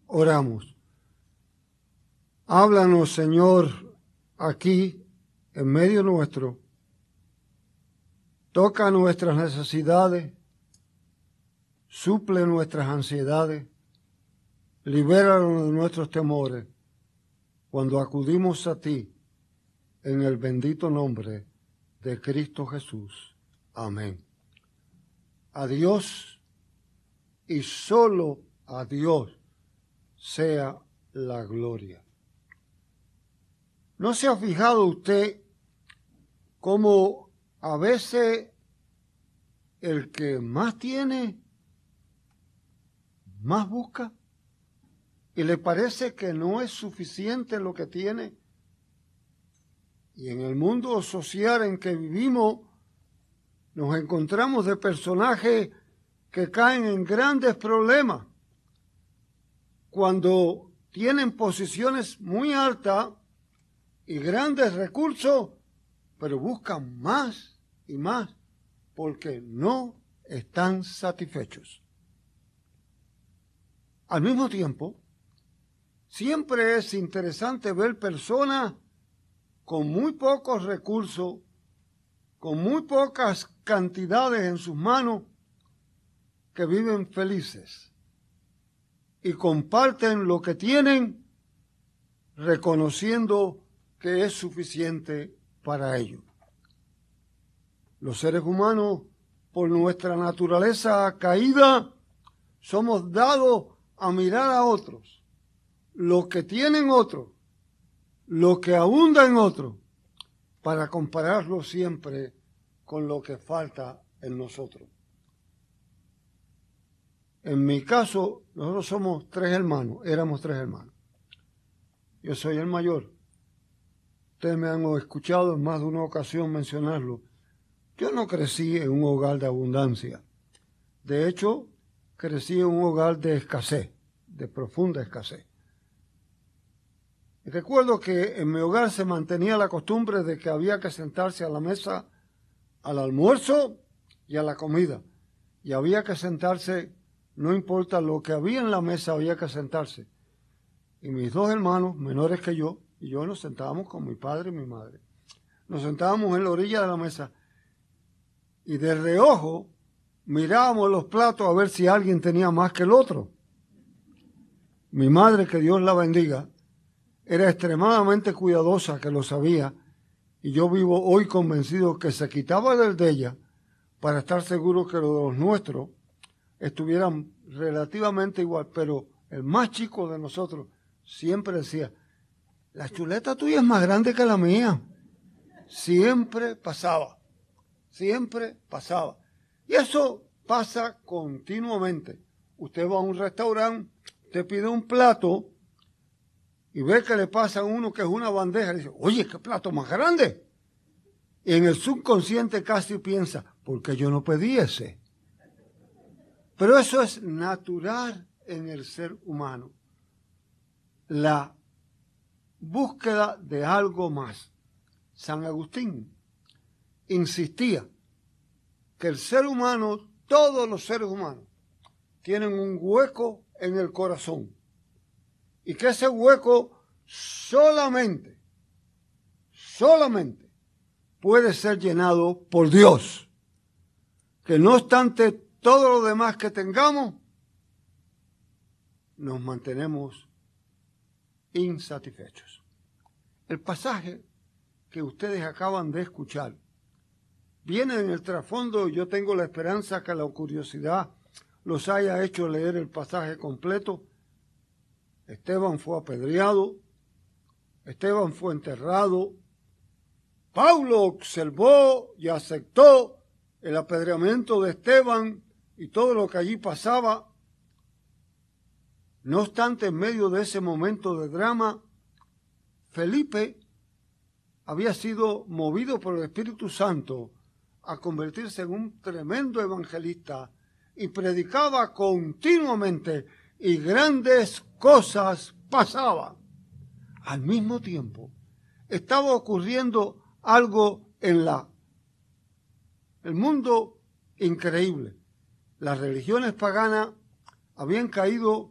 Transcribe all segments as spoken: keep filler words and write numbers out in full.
Oramos. Háblanos, Señor, aquí en medio nuestro. Toca nuestras necesidades, suple nuestras ansiedades, libéranos de nuestros temores cuando acudimos a ti en el bendito nombre de Cristo Jesús. Amén. A Dios y solo a Dios sea la gloria. ¿No se ha fijado usted cómo a veces el que más tiene, más busca? Y le parece que no es suficiente lo que tiene. Y en el mundo social en que vivimos, nos encontramos de personajes que caen en grandes problemas cuando tienen posiciones muy altas y grandes recursos, pero buscan más y más porque no están satisfechos. Al mismo tiempo, siempre es interesante ver personas con muy pocos recursos, con muy pocas cantidades en sus manos, que viven felices y comparten lo que tienen, reconociendo que es suficiente para ellos. Los seres humanos, por nuestra naturaleza caída, somos dados a mirar a otros, lo que tienen otros, lo que abunda en otros, para compararlo siempre con lo que falta en nosotros. En mi caso, nosotros somos tres hermanos, éramos tres hermanos. Yo soy el mayor. Ustedes me han escuchado en más de una ocasión mencionarlo. Yo no crecí en un hogar de abundancia. De hecho, crecí en un hogar de escasez, de profunda escasez. Y recuerdo que en mi hogar se mantenía la costumbre de que había que sentarse a la mesa al almuerzo y a la comida. Y había que sentarse, no importa lo que había en la mesa, había que sentarse. Y mis dos hermanos, menores que yo, y yo nos sentábamos con mi padre y mi madre. Nos sentábamos en la orilla de la mesa y de reojo mirábamos los platos a ver si alguien tenía más que el otro. Mi madre, que Dios la bendiga, era extremadamente cuidadosa, que lo sabía, y yo vivo hoy convencido que se quitaba del de ella para estar seguro que los de los nuestros estuvieran relativamente igual, pero el más chico de nosotros siempre decía, la chuleta tuya es más grande que la mía. Siempre pasaba, siempre pasaba. Y eso pasa continuamente. Usted va a un restaurante, te pide un plato y ve que le pasa a uno que es una bandeja y dice, oye, qué plato más grande. Y en el subconsciente casi piensa, ¿por qué yo no pedí ese? Pero eso es natural en el ser humano. La búsqueda de algo más. San Agustín insistía que el ser humano, todos los seres humanos, tienen un hueco en el corazón. Y que ese hueco solamente, solamente puede ser llenado por Dios. Que no obstante todo lo demás que tengamos, nos mantenemos insatisfechos. El pasaje que ustedes acaban de escuchar viene en el trasfondo, y yo tengo la esperanza que la curiosidad los haya hecho leer el pasaje completo. Esteban fue apedreado, Esteban fue enterrado, Pablo observó y aceptó el apedreamiento de Esteban y todo lo que allí pasaba. No obstante, en medio de ese momento de drama, Felipe había sido movido por el Espíritu Santo a convertirse en un tremendo evangelista y predicaba continuamente y grandes cosas pasaban. Al mismo tiempo, estaba ocurriendo algo en la, el mundo increíble. Las religiones paganas habían caído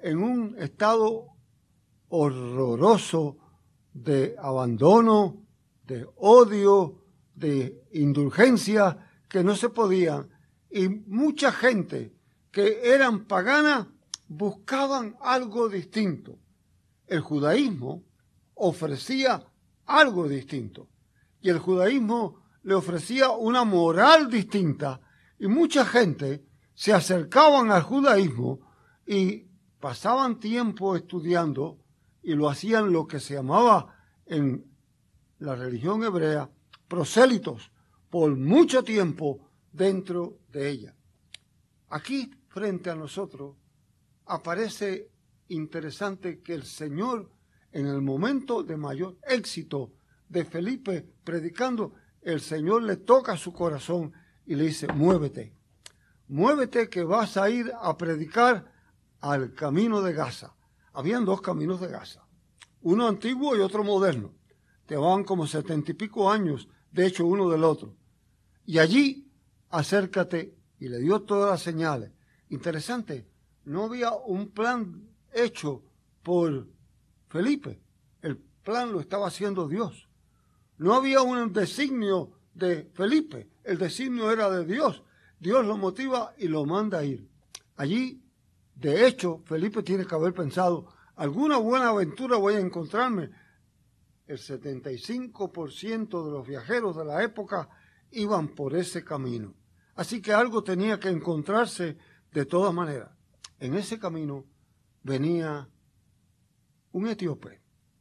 en un estado horroroso de abandono, de odio, de indulgencia, que no se podían. Y mucha gente que eran paganas buscaban algo distinto. El judaísmo ofrecía algo distinto. Y el judaísmo le ofrecía una moral distinta. Y mucha gente se acercaban al judaísmo y pasaban tiempo estudiando y lo hacían lo que se llamaba en la religión hebrea prosélitos, por mucho tiempo dentro de ella. Aquí frente a nosotros aparece interesante que el Señor, en el momento de mayor éxito de Felipe predicando, el Señor le toca su corazón y le dice: muévete, muévete que vas a ir a predicar al camino de Gaza. Habían dos caminos de Gaza, uno antiguo y otro moderno. Llevaban como setenta y pico años, de hecho, uno del otro. Y allí, acércate, y le dio todas las señales. Interesante, no había un plan hecho por Felipe. El plan lo estaba haciendo Dios. No había un designio de Felipe, el designio era de Dios. Dios lo motiva y lo manda a ir. Allí, de hecho, Felipe tiene que haber pensado: alguna buena aventura voy a encontrarme. El setenta y cinco por ciento de los viajeros de la época iban por ese camino. Así que algo tenía que encontrarse de todas maneras. En ese camino venía un etíope.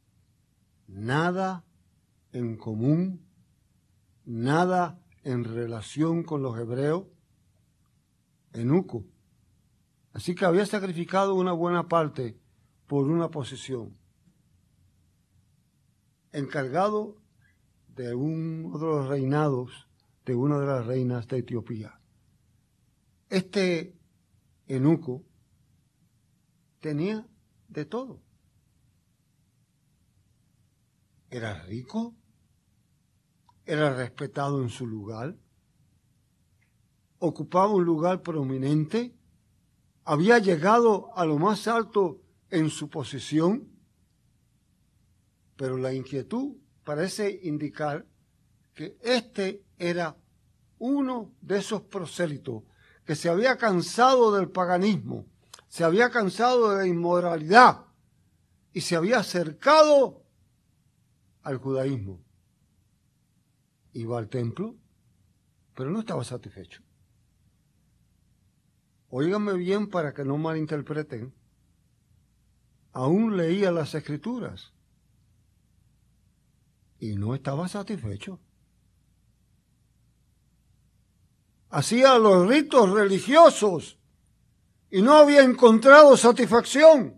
Nada en común, nada en relación con los hebreos, eunuco. Así que había sacrificado una buena parte por una posición. Encargado de uno de los reinados de una de las reinas de Etiopía. Este eunuco tenía de todo. Era rico, era respetado en su lugar, ocupaba un lugar prominente, había llegado a lo más alto en su posición. Pero la inquietud parece indicar que este era uno de esos prosélitos que se había cansado del paganismo, se había cansado de la inmoralidad y se había acercado al judaísmo. Iba al templo, pero no estaba satisfecho. Óiganme bien para que no malinterpreten. Aún leía las Escrituras y no estaba satisfecho. Hacía los ritos religiosos y no había encontrado satisfacción.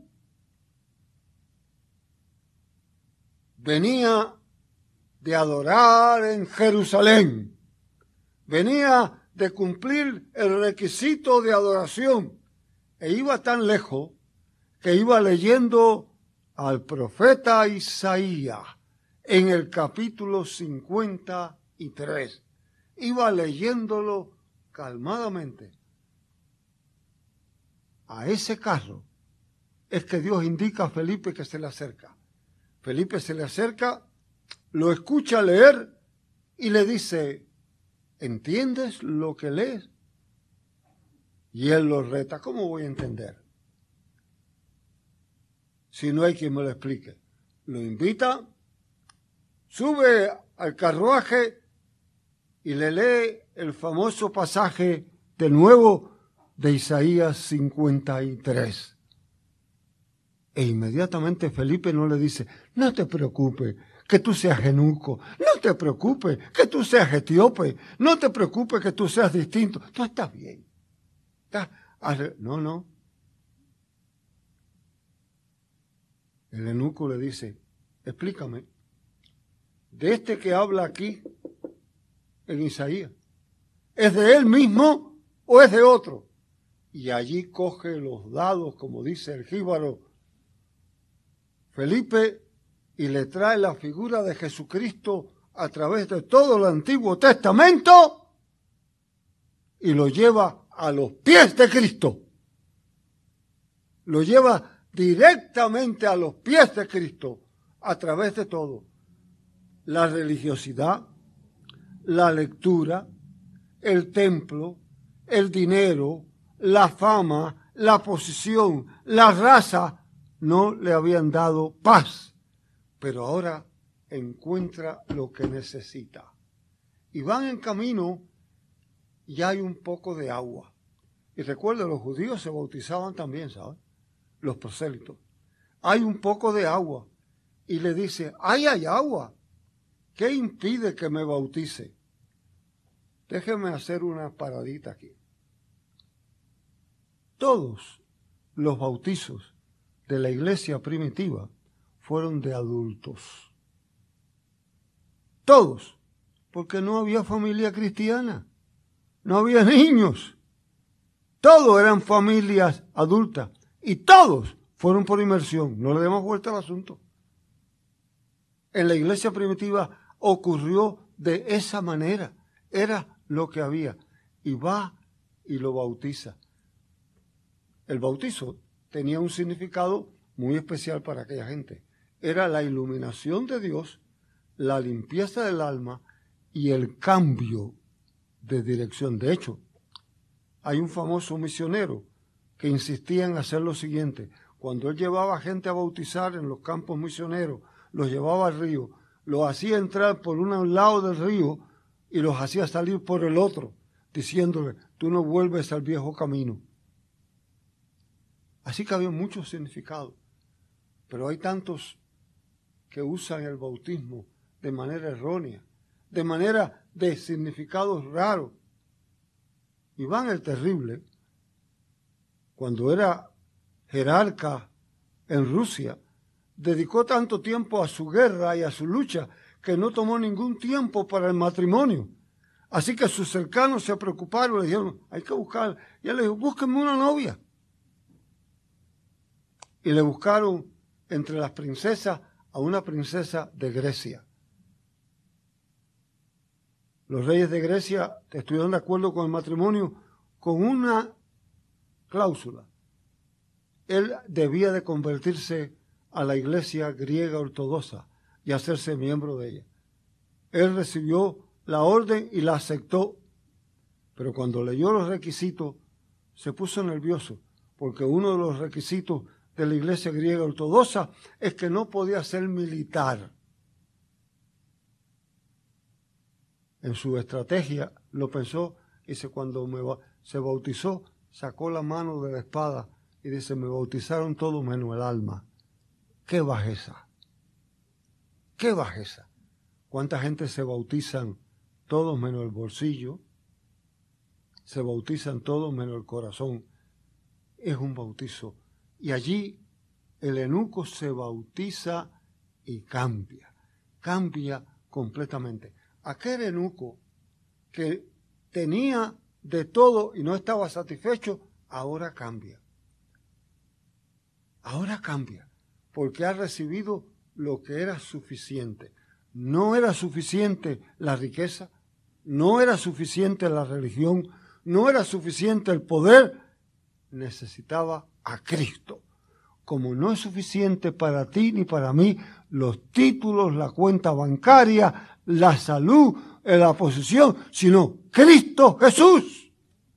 Venía de adorar en Jerusalén. Venía de cumplir el requisito de adoración. E iba tan lejos que iba leyendo al profeta Isaías en el capítulo cincuenta y tres. Iba leyéndolo calmadamente. A ese carro es que Dios indica a Felipe que se le acerca. Felipe se le acerca, lo escucha leer y le dice: ¿entiendes lo que lees? Y él lo reta: ¿cómo voy a entender si no hay quien me lo explique? Lo invita, sube al carruaje y le lee el famoso pasaje de nuevo de Isaías cincuenta y tres. E inmediatamente Felipe no le dice: no te preocupes que tú seas eunuco, no te preocupes que tú seas etíope, no te preocupes que tú seas distinto, tú estás bien. Estás... No, no. El eunuco le dice: explícame, de este que habla aquí en Isaías, ¿es de él mismo o es de otro? Y allí coge los dados, como dice el jíbaro Felipe, y le trae la figura de Jesucristo a través de todo el Antiguo Testamento y lo lleva a los pies de Cristo. Lo lleva directamente a los pies de Cristo, a través de todo. La religiosidad, la lectura, el templo, el dinero, la fama, la posición, la raza, no le habían dado paz. Pero ahora encuentra lo que necesita. Y van en camino y hay un poco de agua. Y recuerda, los judíos se bautizaban también, ¿sabes? Los prosélitos. Hay un poco de agua. Y le dice, ¡ay, hay agua! ¿Qué impide que me bautice? Déjeme hacer una paradita aquí. Todos los bautizos de la iglesia primitiva fueron de adultos. Todos. Porque no había familia cristiana. No había niños. Todos eran familias adultas. Y todos fueron por inmersión. No le demos vuelta al asunto. En la iglesia primitiva ocurrió de esa manera. Era lo que había. Y va y lo bautiza. El bautizo tenía un significado muy especial para aquella gente. Era la iluminación de Dios, la limpieza del alma y el cambio de dirección. De hecho, hay un famoso misionero que insistía en hacer lo siguiente. Cuando él llevaba gente a bautizar en los campos misioneros, los llevaba al río, los hacía entrar por un lado del río y los hacía salir por el otro, diciéndole, tú no vuelves al viejo camino. Así que había muchos significados, pero hay tantos que usan el bautismo de manera errónea, de manera de significados raros. Iván el Terrible, cuando era jerarca en Rusia, dedicó tanto tiempo a su guerra y a su lucha que no tomó ningún tiempo para el matrimonio. Así que sus cercanos se preocuparon, le dijeron, hay que buscar. Y él le dijo, búsquenme una novia. Y le buscaron entre las princesas a una princesa de Grecia. Los reyes de Grecia estuvieron de acuerdo con el matrimonio con una cláusula. Él debía de convertirse a la iglesia griega ortodoxa y hacerse miembro de ella. Él recibió la orden y la aceptó, pero cuando leyó los requisitos se puso nervioso, porque uno de los requisitos de la iglesia griega ortodoxa es que no podía ser militar. En su estrategia lo pensó y dice, cuando me ba- se bautizó, sacó la mano de la espada y dice, me bautizaron todos menos el alma. ¡Qué bajeza! ¡Qué bajeza! ¿Cuánta gente se bautizan todos menos el bolsillo? Se bautizan todos menos el corazón. Es un bautizo. Y allí el eunuco se bautiza y cambia. Cambia completamente. Aquel eunuco que tenía de todo y no estaba satisfecho, ahora cambia. Ahora cambia, porque ha recibido lo que era suficiente. No era suficiente la riqueza, no era suficiente la religión, no era suficiente el poder, necesitaba a Cristo. Como no es suficiente para ti ni para mí los títulos, la cuenta bancaria, la salud, la posición, sino Cristo Jesús.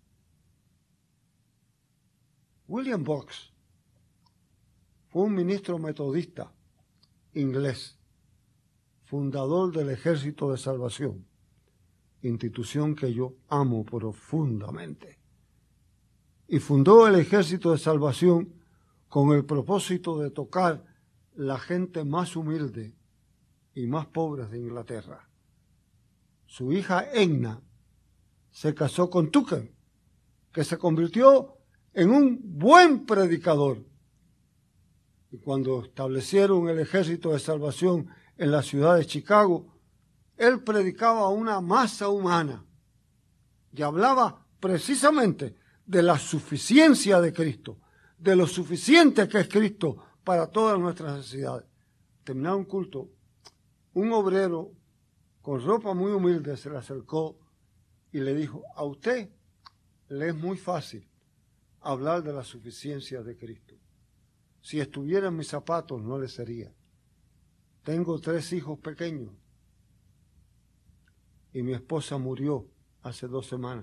William Box fue un ministro metodista inglés, fundador del Ejército de Salvación, institución que yo amo profundamente. Y fundó el Ejército de Salvación con el propósito de tocar la gente más humilde y más pobre de Inglaterra. Su hija Edna se casó con Tucker, que se convirtió en un buen predicador. Y cuando establecieron el Ejército de Salvación en la ciudad de Chicago, él predicaba a una masa humana y hablaba precisamente de la suficiencia de Cristo, de lo suficiente que es Cristo para todas nuestras necesidades. Terminado un culto, un obrero con ropa muy humilde se le acercó y le dijo, a usted le es muy fácil hablar de la suficiencia de Cristo. si estuviera en mis zapatos no le sería. Tengo tres hijos pequeños y mi esposa murió hace dos semanas.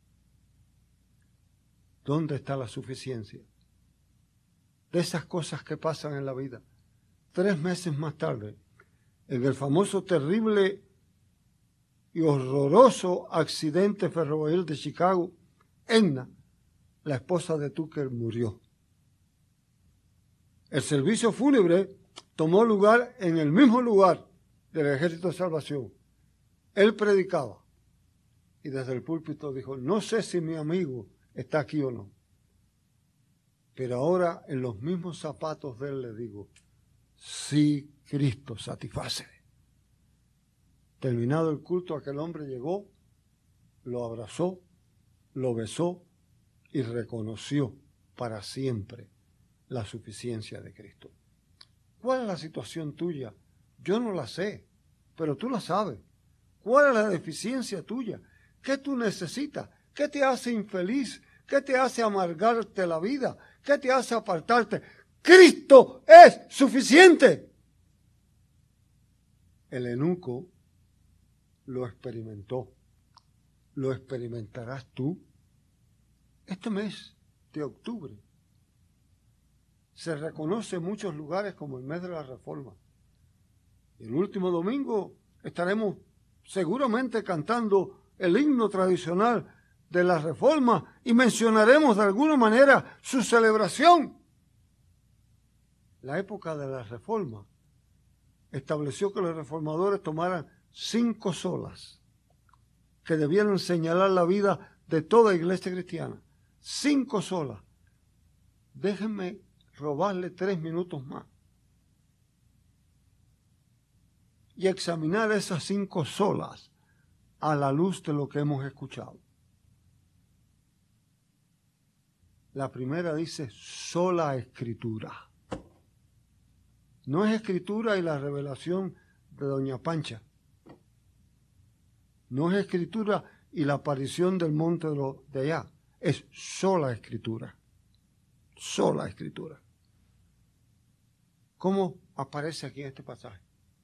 ¿Dónde está la suficiencia? De esas cosas que pasan en la vida. Tres meses más tarde, en el famoso, terrible y horroroso accidente ferroviario de Chicago, Edna, la esposa de Tucker, murió. El servicio fúnebre tomó lugar en el mismo lugar del Ejército de Salvación. Él predicaba y desde el púlpito dijo, no sé si mi amigo está aquí o no, pero ahora en los mismos zapatos de él le digo, sí, Cristo satisface. Terminado el culto, aquel hombre llegó, lo abrazó, lo besó y reconoció para siempre la suficiencia de Cristo. ¿Cuál es la situación tuya? Yo no la sé, pero tú la sabes. ¿Cuál es la deficiencia tuya? ¿Qué tú necesitas? ¿Qué te hace infeliz? ¿Qué te hace amargarte la vida? ¿Qué te hace apartarte? Cristo es suficiente. El eunuco lo experimentó. ¿Lo experimentarás tú? Este mes de octubre se reconoce en muchos lugares como el mes de la Reforma. El último domingo estaremos seguramente cantando el himno tradicional de la Reforma y mencionaremos de alguna manera su celebración. La época de la Reforma estableció que los reformadores tomaran cinco solas que debieran señalar la vida de toda iglesia cristiana. Cinco solas. Déjenme robarle tres minutos más y examinar esas cinco solas a la luz de lo que hemos escuchado. La primera dice sola escritura. No es escritura y la revelación de Doña Pancha. No es escritura y la aparición del monte de, lo, de allá. Es sola escritura. Sola escritura. ¿Cómo aparece aquí en este pasaje?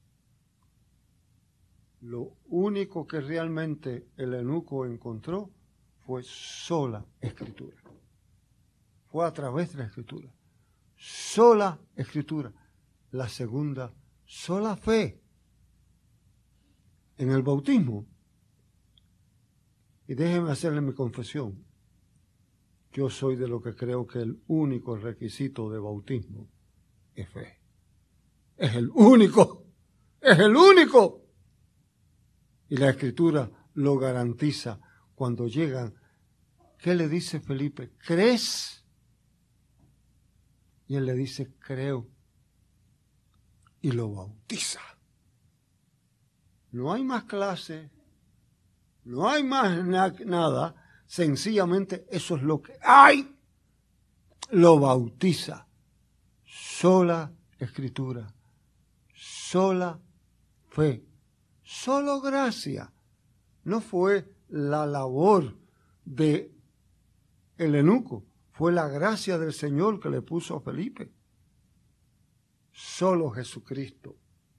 Lo único que realmente el eunuco encontró fue sola escritura. Fue a través de la escritura. Sola escritura. La segunda, sola fe. En el bautismo, y déjenme hacerle mi confesión, yo soy de lo que creo que el único requisito de bautismo es fe. Es el único, es el único. Y la Escritura lo garantiza cuando llegan. ¿Qué le dice Felipe? ¿Crees? Y él le dice, creo. Y lo bautiza. No hay más clase, no hay más na nada, sencillamente eso es lo que hay. Lo bautiza. Sola escritura, sola fe, solo gracia. No fue la labor de el eunuco, fue la gracia del Señor que le puso a Felipe. Solo Jesucristo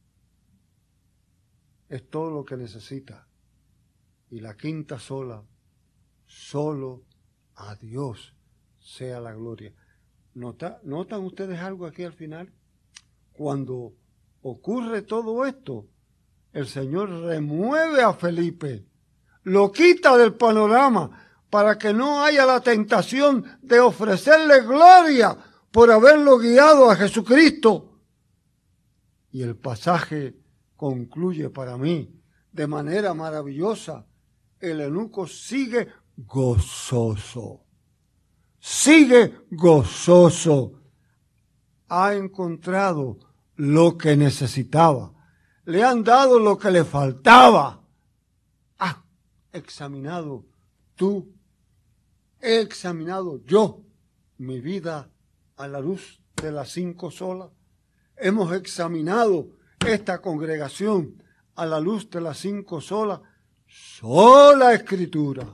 es todo lo que necesita. Y la quinta sola, solo a Dios sea la gloria. ¿Nota, ¿Notan ustedes algo aquí al final? Cuando ocurre todo esto, el Señor remueve a Felipe, lo quita del panorama para que no haya la tentación de ofrecerle gloria por haberlo guiado a Jesucristo. Y el pasaje concluye para mí de manera maravillosa. El eunuco sigue gozoso. Sigue gozoso. Ha encontrado lo que necesitaba. Le han dado lo que le faltaba. Ha examinado tú. He examinado yo mi vida a la luz de las cinco solas. Hemos examinado esta congregación a la luz de las cinco solas. Sola escritura,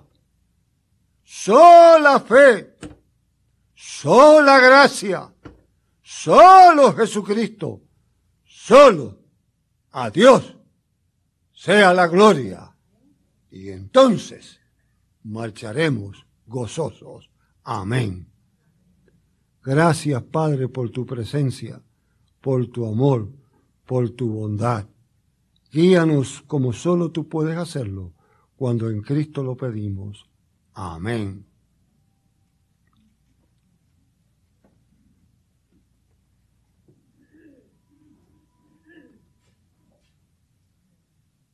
sola fe, sola gracia, solo Jesucristo, solo a Dios sea la gloria. Y entonces marcharemos gozosos. Amén. Gracias, Padre, por tu presencia, por tu amor, por tu bondad. Guíanos como solo tú puedes hacerlo, cuando en Cristo lo pedimos. Amén.